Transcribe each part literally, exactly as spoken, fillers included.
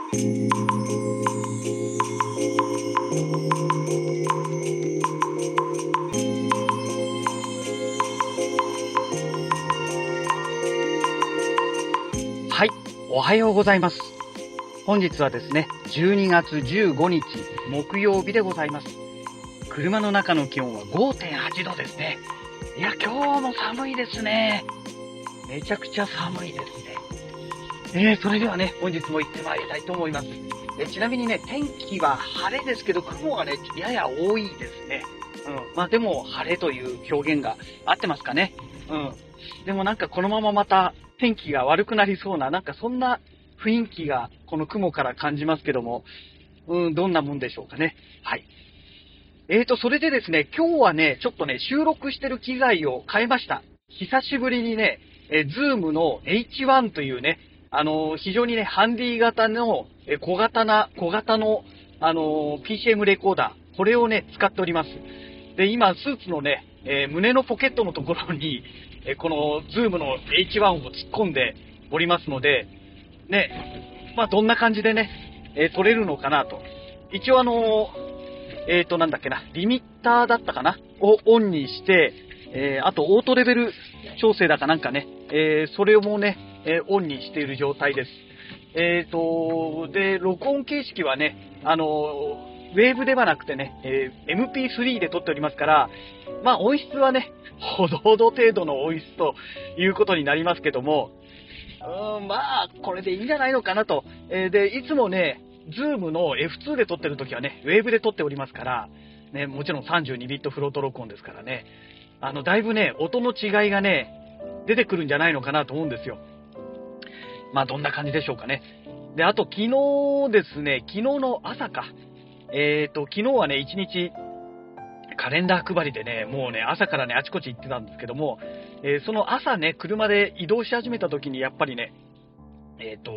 はい、おはようございます。本日はですね、じゅうにがつじゅうごにち木曜日でございます。車の中の気温は ごてんはちどですね。いや、今日も寒いですね。めちゃくちゃ寒いですね。えー、それではね、本日も行ってまいりたいと思います。えちなみにね、天気は晴れですけど、雲がね、やや多いですね。うん。まあでも、晴れという表現が合ってますかね。うん。でもなんかこのまままた天気が悪くなりそうな、なんかそんな雰囲気がこの雲から感じますけども、うん、どんなもんでしょうかね。はい。えーと、それでですね、今日はね、ちょっとね、収録してる機材を変えました。久しぶりにね、えー、Zoom の エイチワン というね、あのー、非常にね、ハンディ型の、えー、小型な、小型の、あのー、ピーシーエム レコーダー、これをね、使っております。で、今、スーツのね、えー、胸のポケットのところに、えー、この Zoom の エイチワン を突っ込んでおりますので、ね、まあ、どんな感じでね、えー、撮れるのかなと。一応あのー、えーと、なんだっけな、リミッターだったかなをオンにして、えー、あとオートレベル調整だかなんかね、えー、それもね、えー、オンにしている状態です。えーと、で、録音形式はね、あのー、ウェーブではなくてね、えー、エムピースリー で撮っておりますから、まあ音質はね、ほどほど程度の音質ということになりますけども、うーん、まあ、これでいいんじゃないのかなと。えー、で、いつもね、Zoom の エフツー で撮ってるときはね、ウェーブで撮っておりますから、ね、もちろんさんじゅうにビットフロート録音ですからね、あの、だいぶね、音の違いがね、出てくるんじゃないのかなと思うんですよ。まあ、どんな感じでしょうかね。で、あと、昨日ですね、昨日の朝か。えっと、昨日はね、一日、カレンダー配りでね、もうね、朝からね、あちこち行ってたんですけども、えー、その朝ね、車で移動し始めた時に、やっぱりね、えっと、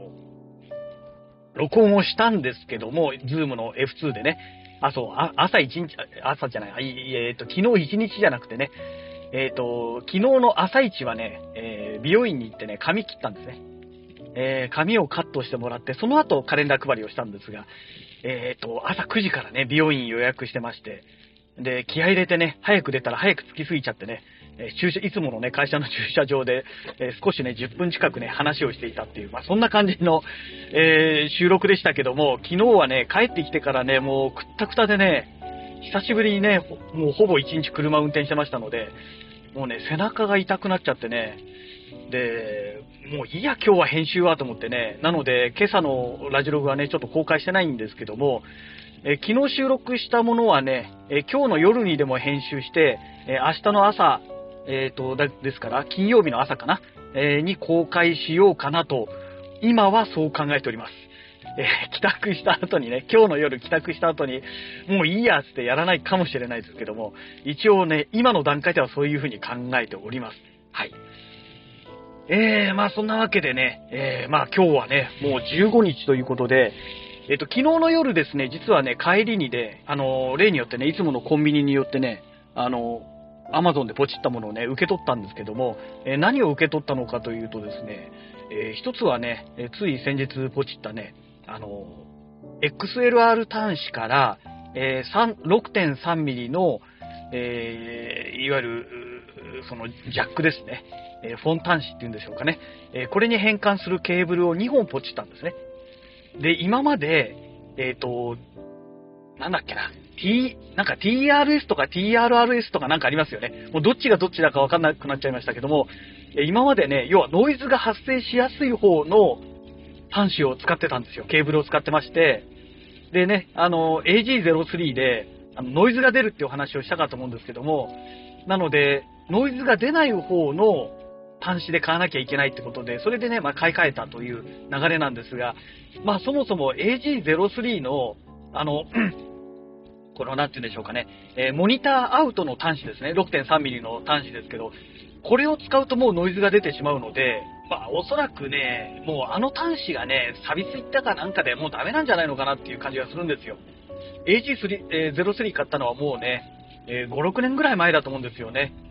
録音をしたんですけども、Zoom の エフツー でね、あ、そう、あ朝一日、朝じゃない、えっと、昨日一日じゃなくてね、えっと、昨日の朝一はね、えー、美容院に行ってね、髪切ったんですね。えー、髪をカットしてもらって、その後カレンダー配りをしたんですが、えっと、朝くじからね、美容院予約してまして、で、気合い入れてね、早く出たら早く着きすぎちゃってね、えー、駐車、いつものね、会社の駐車場で、えー、少しね、じゅっぷん近くね、話をしていたっていう、まあ、そんな感じの、えー、収録でしたけども、昨日はね、帰ってきてからね、もうくったくたでね、久しぶりにね、もうほぼ一日車運転してましたので、もうね、背中が痛くなっちゃってね、で、もういいや、今日は編集はと思ってね、なので、今朝のラジログはね、ちょっと公開してないんですけども、え昨日収録したものはね、え今日の夜にでも編集して、え明日の朝、えっと、だですから、金曜日の朝かな、えー、に公開しようかなと、今はそう考えております。えー、帰宅した後にね、今日の夜帰宅した後に、もういいやつってやらないかもしれないですけども、一応ね、今の段階ではそういうふうに考えております。はい。えー、まあそんなわけでね、えー、まあ今日はね、もうじゅうごにちということで、えっと、昨日の夜ですね、実はね、帰りにで、あの、例によってね、いつものコンビニによってね、あの、アマゾンでポチったものをね、受け取ったんですけども、えー、何を受け取ったのかというとですね、えー、一つはね、えー、つい先日ポチったね、あの、エックスエルアール 端子から、えー、ろくてんさんミリ の、えー、いわゆる、そのジャックですね、えー、フォン端子っていうんでしょうかね、えー、これに変換するケーブルをにほんポチったんですね。で、今まで、えっと、なんだっけな、T、なんか ティーアールエス とか ティーアールアールエス とかなんかありますよね。もうどっちがどっちだかわかんなくなっちゃいましたけども、今までね、要はノイズが発生しやすい方の端子を使ってたんですよ。ケーブルを使ってまして。でね、あの、エージーゼロスリー で、あのノイズが出るっていうお話をしたかと思うんですけども、なので、ノイズが出ない方の端子で買わなきゃいけないってことで、それでね、まあ、買い替えたという流れなんですが、まあ、そもそも エージーゼロスリー の、あの、この、なんて言うんでしょうかね、えー、モニターアウトの端子ですね、ろくてんさんミリ の端子ですけど、これを使うともうノイズが出てしまうので、まあ、おそらくね、もうあの端子がね、錆びついたかなんかでもうダメなんじゃないのかなっていう感じがするんですよ。エージーゼロスリー 買ったのはもうね、えー、ご、ろくねんぐらい前だと思うんですよね。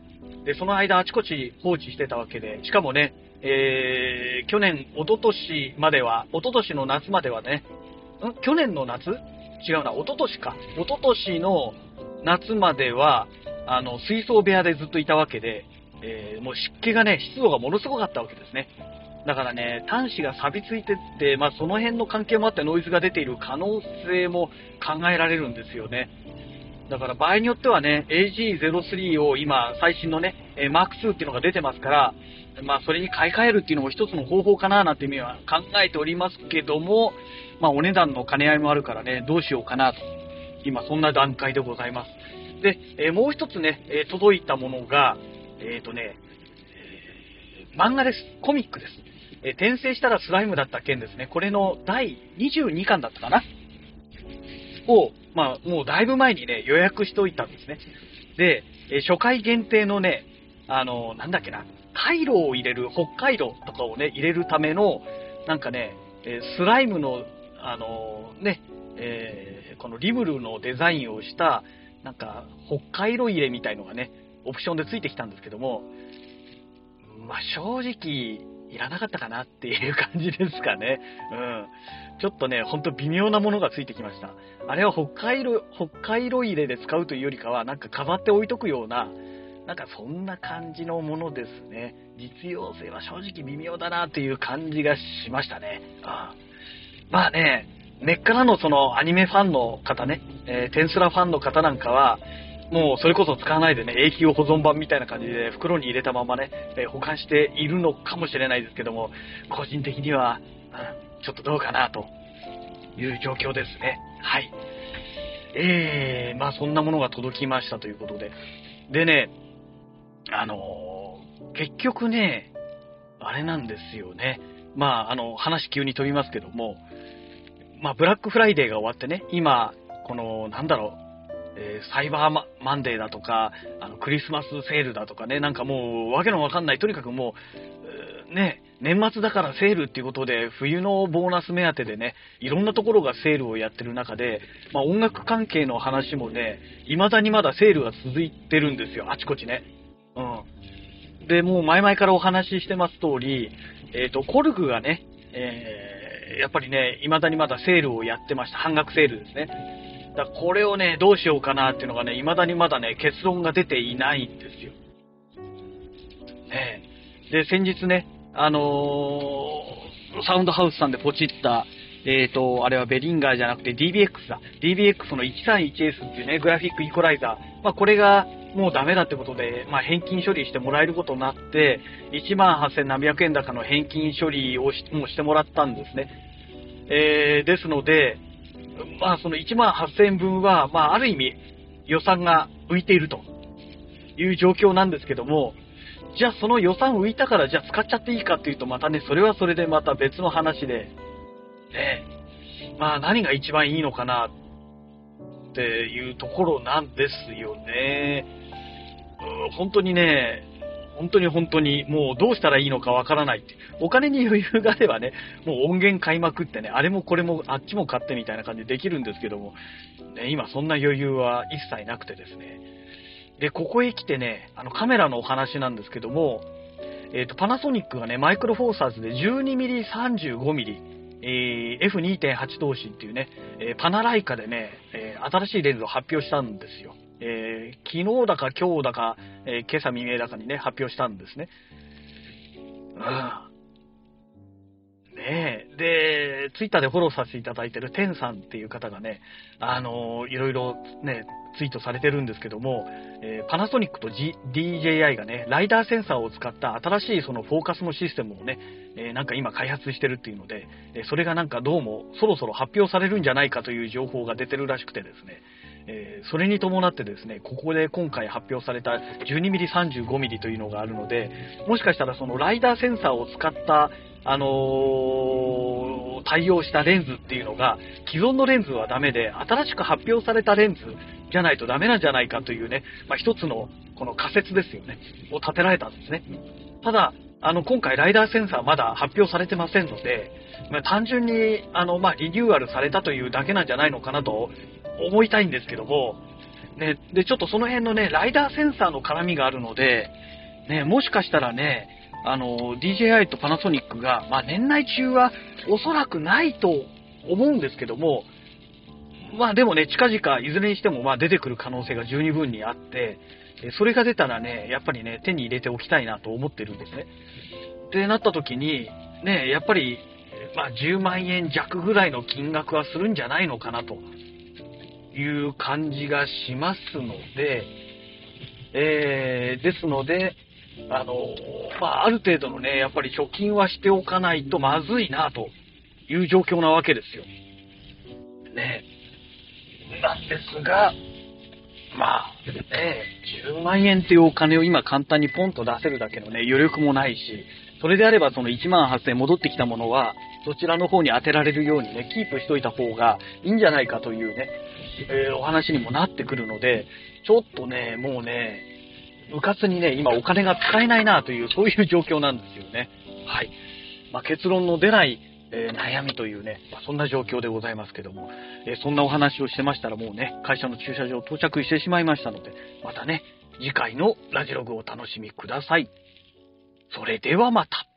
で、その間あちこち放置してたわけで、しかもね、えー、去年、一昨年までは、一昨年の夏まではね、ん去年の夏違うな、一昨年か。一昨年の夏までは、あの、水槽部屋でずっといたわけで、えー、もう湿気がね、湿度がものすごかったわけですね。だからね、端子が錆びついてって、まあその辺の関係もあってノイズが出ている可能性も考えられるんですよね。だから場合によってはね、エージーゼロスリー を今、最新のね、えー、マークツー っていうのが出てますから、まあそれに買い替えるっていうのも一つの方法かななんて意味は考えておりますけども、まあお値段の兼ね合いもあるからね、どうしようかなと。今そんな段階でございます。で、えー、もう一つね、えー、届いたものが、えっとね、えー、漫画です。コミックです。えー、転生したらスライムだった件ですね。これのだいにじゅうにかんだったかなを、まあ、もうだいぶ前にね、予約しておいたんですね。で、えー、初回限定のね、あのー、なんだっけな、回路を入れる、北海道とかをね、入れるための、なんかね、えー、スライムの、あのー、ね、えー、このリムルのデザインをした、なんか、北海道入れみたいのがね、オプションでついてきたんですけども、まあ、正直、いらなかったかなっていう感じですかね。うん。ちょっとね、ほんと微妙なものがついてきました。あれは北海道、北海道入れで使うというよりかは、なんか飾って置いとくような、なんかそんな感じのものですね。実用性は正直微妙だなっていう感じがしましたね。ああまあね、根っからのそのアニメファンの方ね、えー、テンスラファンの方なんかは、もうそれこそ使わないでね、永久保存版みたいな感じで袋に入れたままね、えー、保管しているのかもしれないですけども、個人的には、うん、ちょっとどうかなという状況ですね。はい。えー、まあそんなものが届きましたということで。でね、あのー、結局ね、あれなんですよね。まあ、あの、話急に飛びますけども、まあ、ブラックフライデーが終わってね、今、この、なんだろう、えー、サイバーマ、マンデーだとか、あの、クリスマスセールだとかね、なんかもう、わけのわかんない、とにかくもう、ね、年末だからセールっていうことで、冬のボーナス目当てでね、いろんなところがセールをやってる中で、まあ、音楽関係の話もね、未だにまだセールが続いてるんですよ、あちこちね。うん。で、もう前々からお話ししてます通り、えっと、コルグがね、えーやっぱりね、未だにまだセールをやってました。半額セールですね。だからこれをね、どうしようかなっていうのがね、未だにまだね、結論が出ていないんですよ。ね、で、先日ね、あのー、サウンドハウスさんでポチった、えっと、あれはベリンガーじゃなくて ディービーエックス だ。ディービーエックス の いちさんいちエス っていうね、グラフィックイコライザー。まあ、これがもうダメだってことで、まあ、返金処理してもらえることになって、いちまんはっせんなんびゃくえん高の返金処理をしもうしてもらったんですね。えー、ですので、まあ、そのいちまんはっせんえんぶんは、まあ、ある意味予算が浮いているという状況なんですけども、じゃあその予算浮いたからじゃあ使っちゃっていいかっていうとまたね、それはそれでまた別の話で、ね、まあ何が一番いいのかなっていうところなんですよね。うん、本当にね、本当に本当にもうどうしたらいいのかわからないって。お金に余裕があればね、もう音源買いまくってね、あれもこれもあっちも買ってみたいな感じでできるんですけども、ね、今そんな余裕は一切なくてですね。で、ここへ来てね、あのカメラのお話なんですけども、えっと、パナソニックがね、マイクロフォーサーズで じゅうにミリ、さんじゅうごミリ、えー、エフにてんはち 投資っていうね、えー、パナライカでね、えー、新しいレンズを発表したんですよ。えー、昨日だか今日だか、えー、今朝未明だかにね、発表したんですね。うん。ねえ。で、ツイッターでフォローさせていただいてるテンさんっていう方がね、あのー、いろいろね、ツイートされてるんですけども、えー、パナソニックと、G、ディージェーアイ がね、ライダーセンサーを使った新しいそのフォーカスのシステムをね、えー、なんか今開発してるっていうので、えー、それがなんかどうもそろそろ発表されるんじゃないかという情報が出てるらしくてですね、えー、それに伴ってですね、ここで今回発表された じゅうにミリ、さんじゅうごミリ というのがあるので、もしかしたらそのライダーセンサーを使ったあのー、対応したレンズっていうのが既存のレンズはダメで新しく発表されたレンズじゃないとダメなんじゃないかというね、まあ、一つのこの仮説ですよねを立てられたんですね。ただあの今回ライダーセンサーまだ発表されてませんので、まあ、単純にあの、まあ、リニューアルされたというだけなんじゃないのかなと思いたいんですけども、ね、でちょっとその辺のねライダーセンサーの絡みがあるので、 ね、もしかしたらね、あの、ディージェーアイ とパナソニックが、まあ年内中はおそらくないと思うんですけども、まあでもね、近々いずれにしてもまあ出てくる可能性が十二分にあって、それが出たらね、やっぱりね、手に入れておきたいなと思ってるんですね。ってなった時に、ね、やっぱり、まあじゅうまんえん弱ぐらいの金額はするんじゃないのかなという感じがしますので、えー、ですので、あの、まあある程度のね、やっぱり貯金はしておかないとまずいなという状況なわけですよ。ね。なんですが、まあ、ね、じゅうまんえんっていうお金を今簡単にポンと出せるだけのね、余力もないし、それであればそのいちまんはっせんえん戻ってきたものは、そちらの方に当てられるようにね、キープしといた方がいいんじゃないかというね、えー、お話にもなってくるので、ちょっとね、もうね、うかつにね、今お金が使えないなという、そういう状況なんですよね。はい。まあ、結論の出ない、えー、悩みというね、まあ、そんな状況でございますけども、えー、そんなお話をしてましたらもうね、会社の駐車場到着してしまいましたので、またね、次回のラジログをお楽しみください。それではまた。